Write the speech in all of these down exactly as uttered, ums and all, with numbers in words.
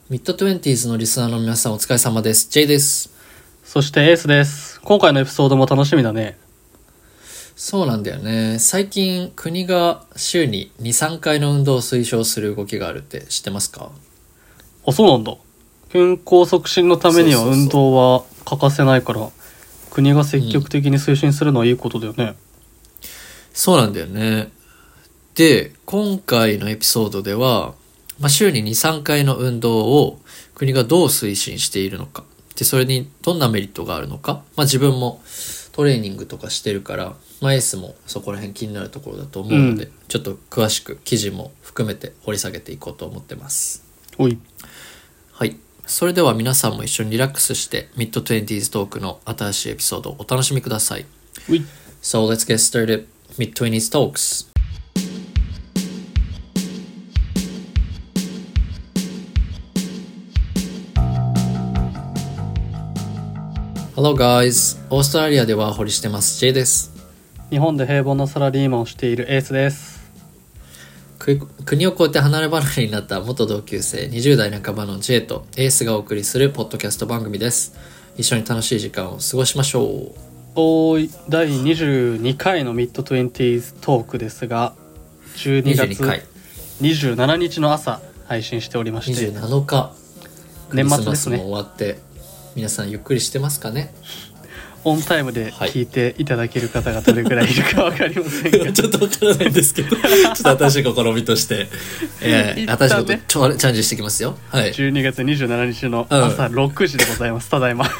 ミッドトゥエンティーズのリスナーの皆さんお疲れ様です。J です。 そしてエースです。今回のエピソードも楽しみだね。 そうなんだよね。最近国が週にに、さんかいの運動を推奨する動きがあるって知ってますか？ あ、そうなんだ。健康促進のためには運動は欠かせないから、国が積極的に推進するのはいいことだよね。うん、 そうなんだよね。で、今回のエピソードでは、まあ、週にに、さんかいの運動を国がどう推進しているのか。で、それにどんなメリットがあるのか。まあ、自分もトレーニングとかしてるから、まあ、エースもそこら辺気になるところだと思うので、うん、ちょっと詳しく記事も含めて掘り下げていこうと思ってます。 おい。 はい。それでは皆さんも一緒にリラックスして、ミッドトゥエンティーズトークの新しいエピソードをお楽しみください。 おい。 So let's get started. ミッドトゥエンティーズ Talks。Hello guys! オーストラリアでワーホリしてます J です。 日本で平凡なサラリーマンをしているエースです。 国を越えて離れ離れになった元同級生にじゅう代半ばの J とエースがお送りするポッドキャスト番組です。一緒に楽しい時間を過ごしましょう。 おーい、だいにじゅうにかいのミッドトゥエンティーズトークですが、じゅうにがつにじゅうしちにちの朝配信しておりまして、 にじゅうなのか年末ですね。 クリスマスも終わって皆さんゆっくりしてますかね。 オンタイムで聞いていただける方がどれくらいいるか分かりませんが、 はい、ちょっと分からないんですけどちょっと新しい試みとして、えーね、新しいことチャレンジしていきますよ、はい、 じゅうにがつにじゅうしちにちの朝ろくじでございます、うん、ただいま語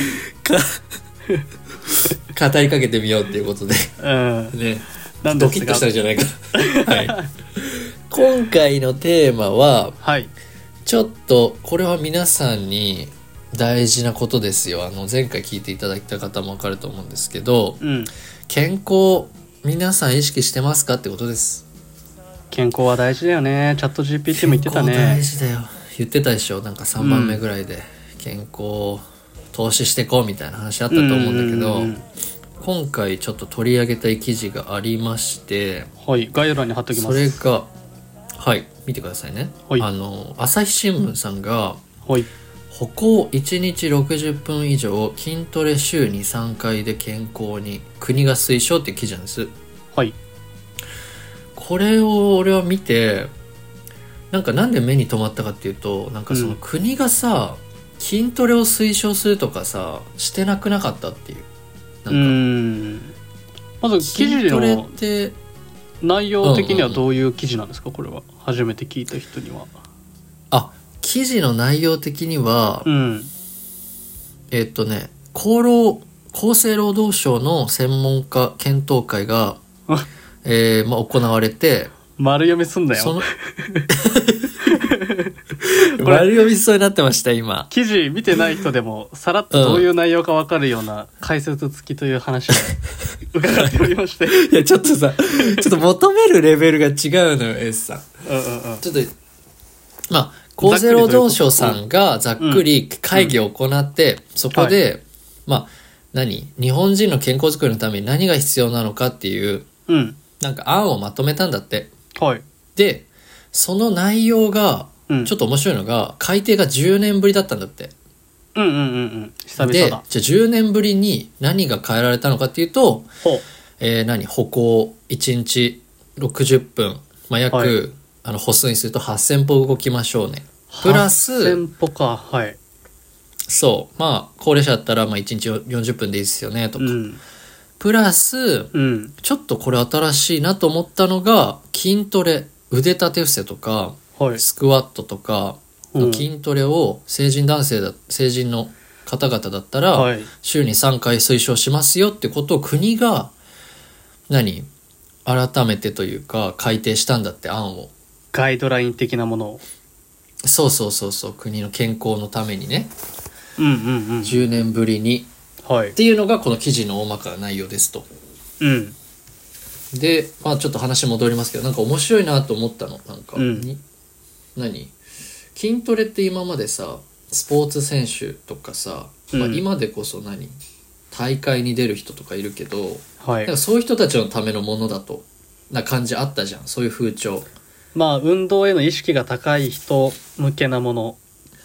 りかけてみようっていうことで、うんね、なんですがドキッとしたんじゃないか、はい、今回のテーマは、はい、ちょっとこれは皆さんに大事なことですよ。あの前回聞いていただいた方も分かると思うんですけど、うん、健康皆さん意識してますかってことです。 健康は大事だよね。チャット ジーピーティー も言ってたね。 健康大事だよ言ってたでしょ。なんかさんばんめぐらいで、うん、健康投資してこうみたいな話あったと思うんだけど、うんうんうん、今回ちょっと取り上げたい記事がありまして、 はい、概要欄に貼っておきます。 それがはい見てくださいね、はい、あの朝日新聞さんが、はい、歩行いちにちろくじゅっぷん以上筋トレ週に、さんかいで健康に国が推奨っていう記事なんです。 はい。 これを俺は見てなんかなんで目に留まったかっていうと、なんかその国がさ、うん、筋トレを推奨するとかさしてなくなかったっていう。なんかうーんまず記事の内容的にはどういう記事なんですか、これは。初めて聞いた人には。 あ、記事の内容的には、うん、えっとね厚労厚生労働省の専門家検討会が、えーまあ、行われて、 丸読みすんだよ。 その丸読みしそうになってました今。 記事見てない人でもさらっとどういう内容か分かるような解説付きという話を伺っておりましていやちょっとさちょっと求めるレベルが違うのよ S さん、うんうんうん、ちょっとまあ厚生労働省さんがざっくり会議を行って、うんうん、そこで、はい、まあ何日本人の健康づくりのために何が必要なのかっていう、うん、なんか案をまとめたんだって、はい、でその内容が、うん、ちょっと面白いのが改定がじゅうねんぶりだったんだって。 うんうんうんうん久々だ。 でじゃあじゅうねんぶりに何が変えられたのかっていうと、えー、何歩行いちにちろくじゅっぷん、まあ、約、はい、あの歩数にするとはっせんぽ動きましょうね。プラスはっせんぽか、はい。 そうまあ高齢者だったらまあいちにちよんじゅっぷんでいいですよねとか、うん、プラス、うん、ちょっとこれ新しいなと思ったのが筋トレ腕立て伏せとか、はい、スクワットとかの筋トレを成人男性だ成人の方々だったら、はい、週にさんかい推奨しますよってことを国が何改めてというか改定したんだって。案をガイドライン的なものを。 そうそうそうそう国の健康のためにね、 うんうんうん、 じゅうねんぶりに、はい、っていうのがこの記事の大まかな内容ですと。うんでまあちょっと話戻りますけどなんか面白いなと思ったの。なんか、うん、に何筋トレって今までさスポーツ選手とかさ、うんまあ、今でこそ何大会に出る人とかいるけど、はい、なんかそういう人たちのためのものだとな感じあったじゃん。そういう風潮。 まあ運動への意識が高い人向けなものっ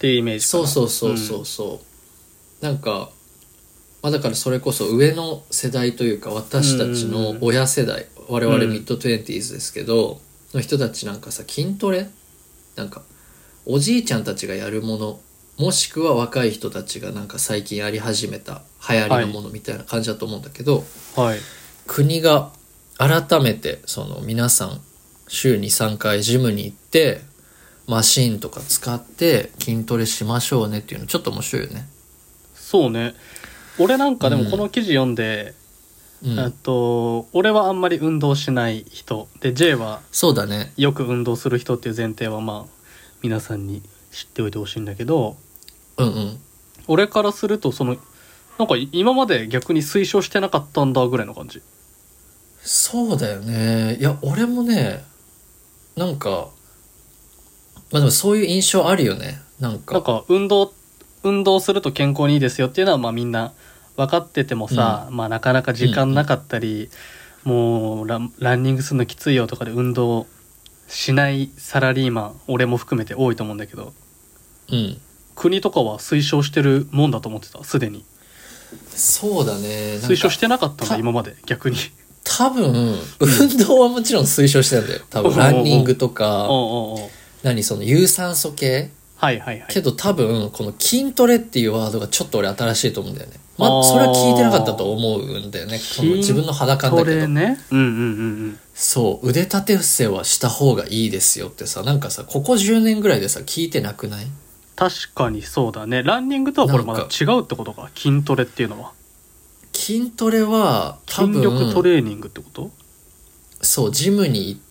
っていうイメージかな。 そうそうそうそうそう、うん、なんかまあだからそれこそ上の世代というか私たちの親世代、うん、我々ミッドトゥエンティーズですけど、うん、の人たちなんかさ筋トレなんかおじいちゃんたちがやるものもしくは若い人たちがなんか最近やり始めた流行りのものみたいな感じだと思うんだけど、 はい、 国が改めてその皆さん週にさんかいジムに行ってマシンとか使って筋トレしましょうねっていうのちょっと面白いよね。 そうね。俺なんかでもこの記事読んで、うん、と俺はあんまり運動しない人で J はそうだねよく運動する人っていう前提はまあ皆さんに知っておいてほしいんだけど、 うんうん、 俺からするとそのなんか今まで逆に推奨してなかったんだぐらいの感じ。 そうだよね。いや俺もねなんかまあでもそういう印象あるよね。なんかなんか運動運動すると健康にいいですよっていうのはまあみんな分かっててもさ、うん、まあなかなか時間なかったり、うんうん、もう ラ, ランニングするのきついよとかで運動しないサラリーマン俺も含めて多いと思うんだけど、 うん、 国とかは推奨してるもんだと思ってたすでに。 そうだね。 推奨してなかったんだ今まで逆に。 多分運動はもちろん推奨してたんだよ多分ランニングとかおうおうおう何その有酸素系、 はいはいはい、 けど多分この筋トレっていうワードがちょっと俺新しいと思うんだよね。まあそれは聞いてなかったと思うんだよね。その自分の肌感だけど筋トレね、うんうんうんうん、 そう腕立て伏せはした方がいいですよってさなんかさここじゅうねんぐらいでさ聞いてなくない？ 確かにそうだね。ランニングとはこれまだ違うってことか筋トレっていうのは。 筋トレは多分筋力トレーニングってこと？ そうジムに行って、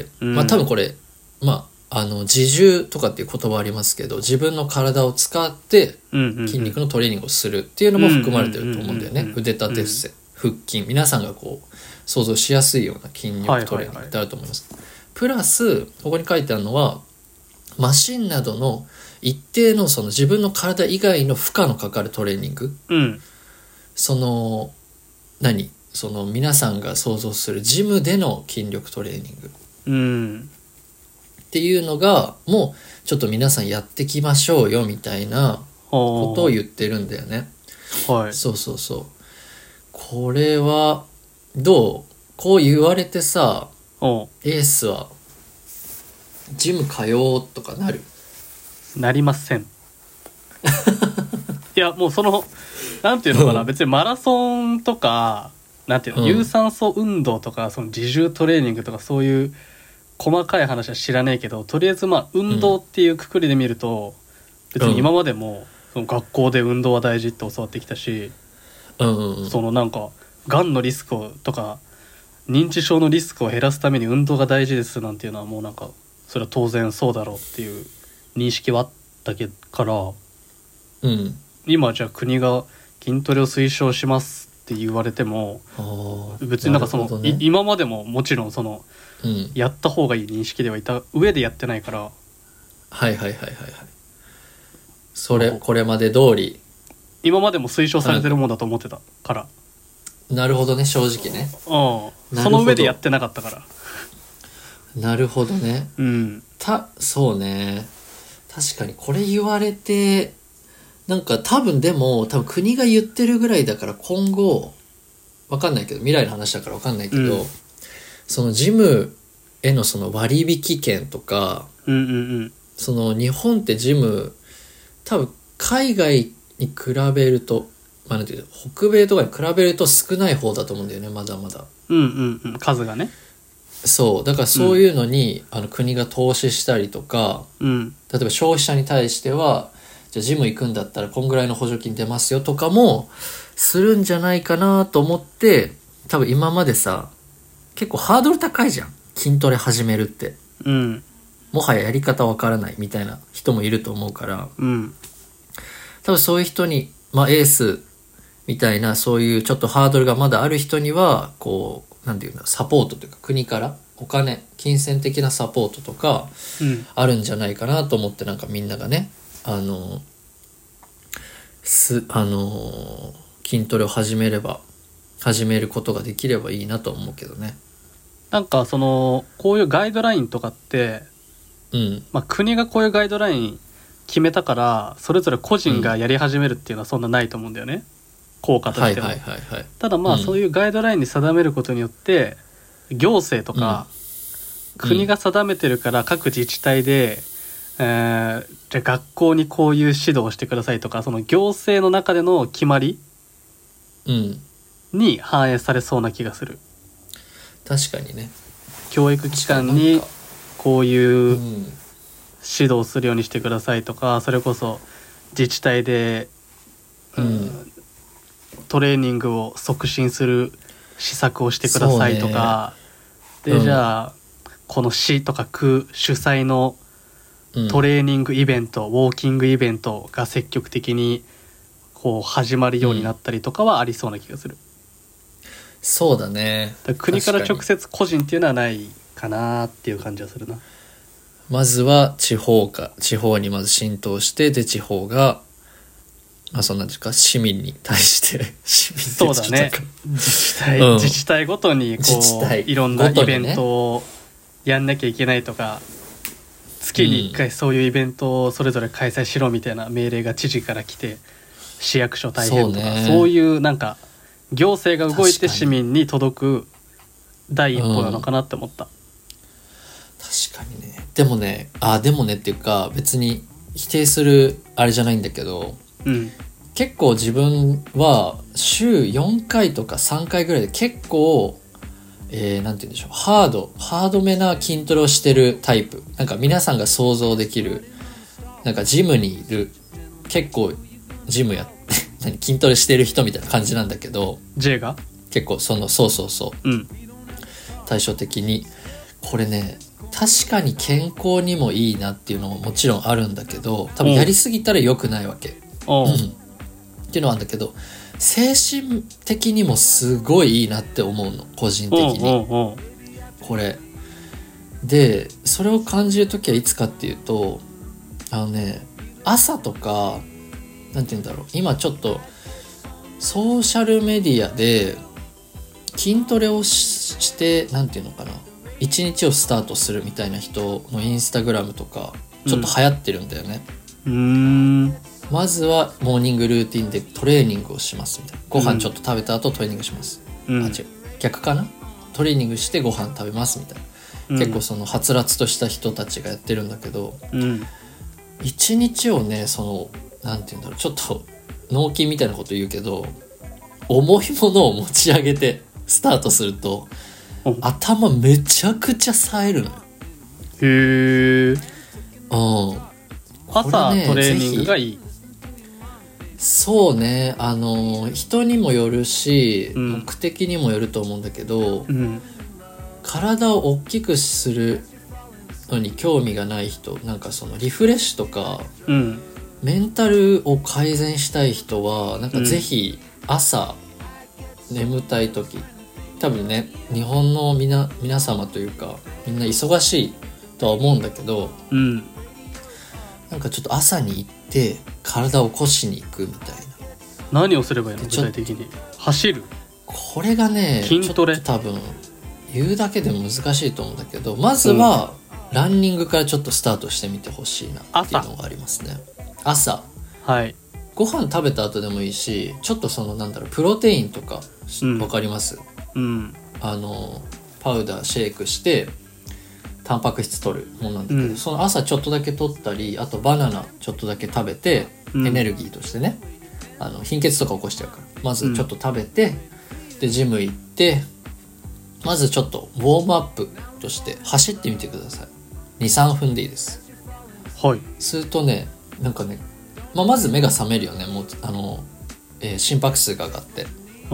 うん、まあ多分これまああの自重とかっていう言葉ありますけど自分の体を使って筋肉のトレーニングをするっていうのも含まれてると思うんだよね。腕立て伏せ、腹筋皆さんがこう想像しやすいような筋肉トレーニングってあると思います、はいはいはい、プラスここに書いてあるのはマシンなどの一定のその自分の体以外の負荷のかかるトレーニング、 うん、 その何その皆さんが想像するジムでの筋力トレーニング、 うん、 っていうのがもうちょっと皆さんやってきましょうよみたいなことを言ってるんだよね。 はい。 そうそうそう。これはどう？こう言われてさ、エースはジム通おうとかなる？ なりません。いやもうそのなんていうのかな、別にマラソンとかなんていうの、うん、有酸素運動とかその自重トレーニングとかそういう細かい話は知らないけど、とりあえずまあ運動っていうくくりで見ると、うん、別に今までもその学校で運動は大事って教わってきたし、 うんうんうん、 そのなんかがんのリスクをとか認知症のリスクを減らすために運動が大事ですなんていうのはもうなんかそれは当然そうだろうっていう認識はあったけから、 うん、 今じゃあ国が筋トレを推奨しますって言われても別になんかその、ね、今までももちろんその、うん、やった方がいい認識ではいた上でやってないから、 はいはいはいはいはい、それこれまで通り今までも推奨されてるもんだと思ってたから。 なるほどね、正直ね。 うん、その上でやってなかったから。 なるほどね。 うん。 たそうね。確かにこれ言われてなんか多分でも多分国が言ってるぐらいだから今後わかんないけど未来の話だからわかんないけど、うん、そのジムへのその割引券とか、 うんうんうん、 その日本ってジム多分海外に比べると、まあ、なんていうの北米とかに比べると少ない方だと思うんだよね、まだまだ。 うんうんうん、数がね。 そうだからそういうのに、うん、あの国が投資したりとか、 うん、 例えば消費者に対してはじゃあジム行くんだったらこんぐらいの補助金出ますよとかもするんじゃないかなと思って、多分今までさ結構ハードル高いじゃん筋トレ始めるって、 うん、 もはややり方わからないみたいな人もいると思うから、 うん、 多分そういう人に、まあエースみたいなそういうちょっとハードルがまだある人にはこうなんていうんだサポートというか国からお金金銭的なサポートとかあるんじゃないかなと思って、なんかみんながねあのすあの筋トレを始めれば始めることができればいいなと思うけどね。 なんかそのこういうガイドラインとかって、 うんまあ、国がこういうガイドライン決めたからそれぞれ個人がやり始めるっていうのはそんなないと思うんだよね、うん、効果としては。ただまあ、うん、そういうガイドラインに定めることによって行政とか、うん、国が定めてるから各自治体で、えー、じゃあ学校にこういう指導をしてくださいとか、その行政の中での決まりに反映されそうな気がする。 確かにね。 教育機関にこういう指導するようにしてくださいとか、それこそ自治体で、うん、トレーニングを促進する施策をしてくださいとか、ね、で、うん、じゃあこの市とか区主催のトレーニングイベント、うん、ウォーキングイベントが積極的にこう始まるようになったりとかはありそうな気がする、うん、 そうだね。 だ国から直接個人っていうのはないかなっていう感じはするな。 まずは地方か地方にまず浸透して、で地方がまあそんなんですか、市民に対して市民そうだね、自治体、うん、自治体ごとにこういろんなイベントをやんなきゃいけないとか、月にいっかいそういうイベントをそれぞれ開催しろみたいな命令が知事から来て、市役所大変とか、そうね、そういうなんか行政が動いて市民に届く第一歩なのかなって思った、うん、 確かにね。でもね、あでもねっていうか別に否定するあれじゃないんだけど、うん、結構自分は週よんかいとかさんかいぐらいで結構、えー、なんて言うんでしょう、ハードハードめな筋トレをしてるタイプ。なんか皆さんが想像できる、なんかジムにいる結構ジムやって何筋トレしてる人みたいな感じなんだけど、 J が結構そのそうそうそう、 うん、対照的にこれね、確かに健康にもいいなっていうのももちろんあるんだけど、多分やりすぎたら良くないわけ、うん、っていうのはあるんだけど、精神的にもすごいいいなって思うの、個人的にこれで。それを感じるときはいつかっていうと、あのね、朝とかなんて言うんだろう、今ちょっとソーシャルメディアで筋トレを し, してなんていうのかな、一日をスタートするみたいな人のインスタグラムとかちょっと流行ってるんだよね、 うん、うーんまずはモーニングルーティンでトレーニングをしますみたいな。ご飯ちょっと食べた後トレーニングします、うん、あ違う逆かな、トレーニングしてご飯食べますみたいな、うん、結構そのはつらつとした人たちがやってるんだけど、 うん、 一日をね、そのなんていうんだろう、ちょっと脳筋みたいなこと言うけど、重いものを持ち上げてスタートすると頭めちゃくちゃ冴えるのよ。 へー、 うん、 朝トレーニングがいい。 そうね、あの人にもよるし、うん、目的にもよると思うんだけど、 うん、 体を大きくするのに興味がない人、なんかそのリフレッシュとか、 うん、 メンタルを改善したい人はなんかぜひ朝、うん、眠たい時、多分ね日本のみな皆様というかみんな忙しいとは思うんだけど、 うん、 なんかちょっと朝に行って体を起こしに行くみたいな。 何をすればいいの具体的に。走る？ これがね筋トレちょっと多分言うだけでも難しいと思うんだけど、まずは、うん、ランニングからちょっとスタートしてみてほしいなっていうのがありますね。朝、 はい、 ご飯食べた後でもいいし、ちょっとそのなんだろう、プロテインとか、うん、分かります、 うん、 あのパウダーシェイクしてタンパク質取るものなんだけど、うん、その朝ちょっとだけ取ったり、あとバナナちょっとだけ食べて、うん、エネルギーとしてね、あの貧血とか起こしちゃうから、まずちょっと食べて、うん、でジム行って、まずちょっとウォームアップとして走ってみてください。 にさんぷんでいいです。 はい。 するとね、なんかね、まあ、まず目が覚めるよね。もうあの、えー、心拍数が上がって、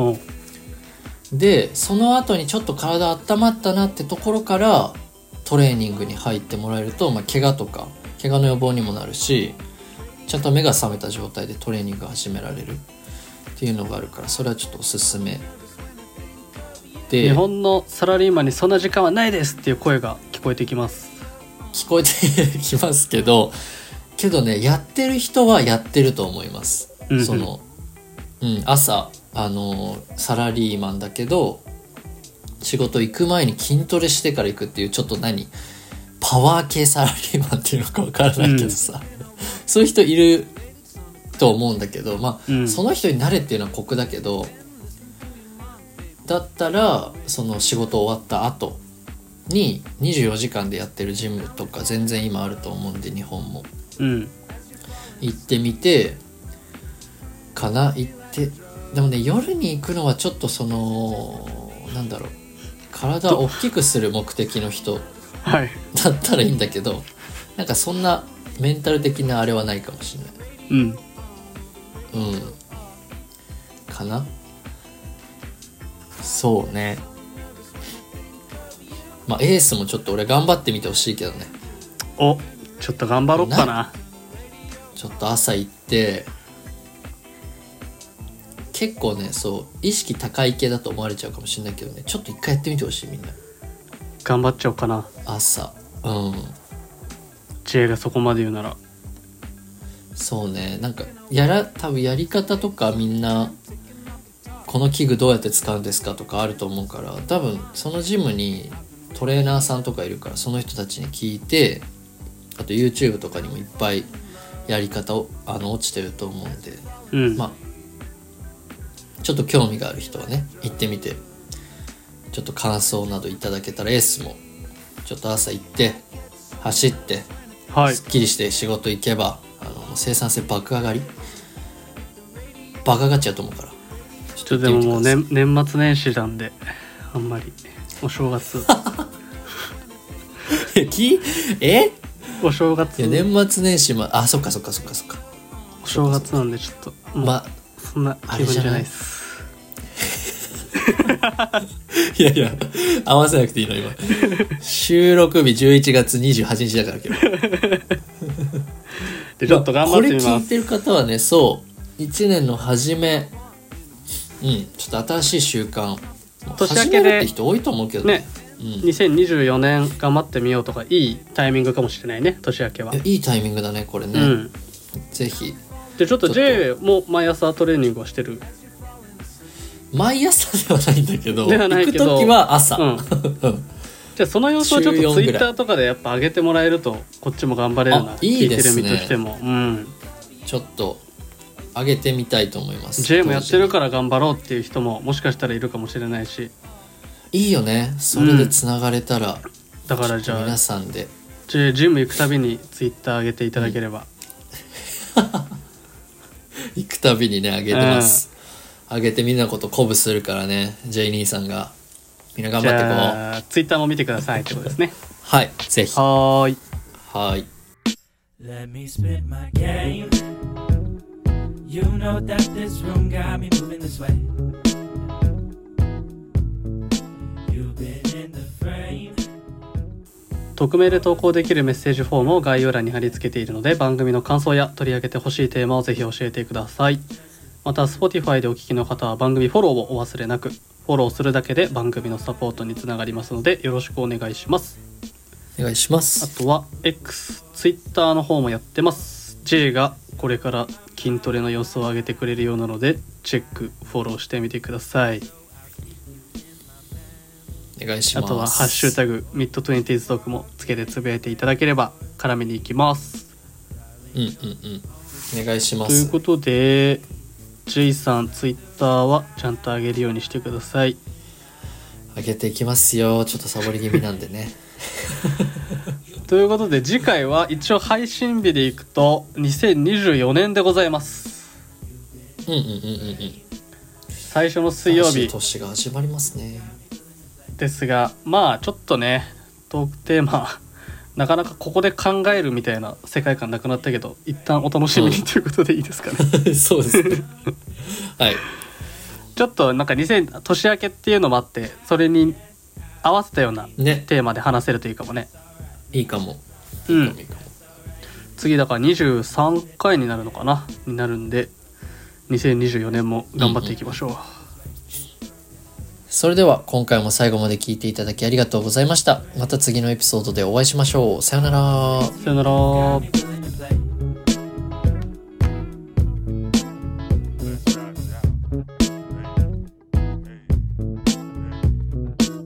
でその後にちょっと体温まったなってところからトレーニングに入ってもらえると、まあ、怪我とか怪我の予防にもなるし、ちゃんと目が覚めた状態でトレーニングが始められるっていうのがあるから、それはちょっとおすすめで。 日本のサラリーマンにそんな時間はないですっていう声が聞こえてきます。 聞こえてきますけどけどね、やってる人はやってると思います、うんうん、その、うん、朝あのサラリーマンだけど仕事行く前に筋トレしてから行くっていう、ちょっと何パワー系サラリーマンっていうのか分からないけどさ、 そういう人いると思うんだけど、まあ、うん、その人になれっていうのは酷だけど、だったらその仕事終わった後ににじゅうよじかんでやってるジムとか全然今あると思うんで、日本も、 うん、 行ってみてかな。行ってでもね、夜に行くのはちょっとそのなんだろう、体を大きくする目的の人はいだったらいいんだけど、なんかそんなメンタル的なあれはないかもしれない。 うんうんかな。そうね。まあエースもちょっと俺頑張ってみてほしいけどね。 お、ちょっと頑張ろっかな。 ちょっと朝行って結構ね、そう意識高い系だと思われちゃうかもしれないけどね、ちょっと一回やってみてほしい。みんな頑張っちゃおうかな、 朝。うん、 J がそこまで言うなら。 そうね、なんかやら多分やり方とかみんなこの器具どうやって使うんですかとかあると思うから、多分そのジムにトレーナーさんとかいるから、その人たちに聞いて、あと YouTube とかにもいっぱいやり方をあの落ちてると思うんで、 うん、 まあちょっと興味がある人はね行ってみて、ちょっと感想などいただけたら。エースもちょっと朝行って走って、 はい、 すっきりして仕事行けば、あの生産性爆上がり爆上がっちゃうと思うから。 ちょっとでももう、ね、年末年始なんであんまりお正月きえお正月、 いや年末年始もあそっかそっかそっかそっかお正月なんでちょっとまあそんな気分じゃないです。 いやいや合わせなくていいの今。収録日じゅういちがつにじゅうはちにちだから今日でちょっと頑張ってみます。 これ聞いてる方はね、そういちねんの初め、うんちょっと新しい習慣年明けでって人多いと思うけど ね, ね、うん、にせんにじゅうよねん頑張ってみようとか、いいタイミングかもしれないね、年明けは。 いいタイミングだねこれね、うん、ぜひ。 でちょっと J も毎朝トレーニングはしてる？ 毎朝ではないんだけど、 ではないけど行く時は朝、うん、 じゃあその様子をちょっとツイッターとかでやっぱ上げてもらえるとこっちも頑張れるな。 いいですね、 聞いてる身としても、うん、 ちょっと上げてみたいと思います。 J もやってるから頑張ろうっていう人ももしかしたらいるかもしれないし、 いいよねそれでつながれたら、うん、 だからじゃあ皆さんで J ジム行くたびにツイッター上げていただければ、 うん、行くたびにね上げてます、うん、上げてみんなのこと鼓舞するからね J 兄さんが。みんな頑張ってこう。じゃあツイッターも見てくださいってことですね。 はいぜひ。 はーいはい。 Let me spit my game. You know that this room got me moving this way. You've been in the frame. 匿名で投稿できるメッセージフォームを概要欄に貼り付けているので、番組の感想や取り上げてほしいテーマをぜひ教えてください。また Spotify でお聞きの方は番組フォローをお忘れなく。フォローするだけで番組のサポートにつながりますのでよろしくお願いします。 お願いします。 あとは X、Twitter の方もやってます。 J がこれから筋トレの様子を上げてくれるようなのでチェックフォローしてみてください。 お願いします。 あとはハッシュタグミッドトゥエンティーズトークもつけてつぶやいていただければ絡めに行きます。 うんうんうんお願いします。 ということでJ さんツイッターはちゃんと上げるようにしてください。 上げていきますよ。ちょっとサボり気味なんでね。 ということで次回は一応配信日でいくとにせんにじゅうよねんでございます。 うんうんうんうんうん。 最初の水曜日。 年が始まりますね。 ですが、まあちょっとねトークテーマなかなかここで考えるみたいな世界観なくなったけど、一旦お楽しみにということでいいですかね。 うん、そうですね。はい。 ちょっとなんかにせん年明けっていうのもあって、それに合わせたようなテーマで話せるといいかもね。 いいかも。 いいかもいいかも。うん、次だからにじゅうさんかいになるのかなになるんで、にせんにじゅうよねんも頑張っていきましょう。うんうん、 それでは今回も最後まで聞いていただきありがとうございました。また次のエピソードでお会いしましょう。さよなら。 さよなら。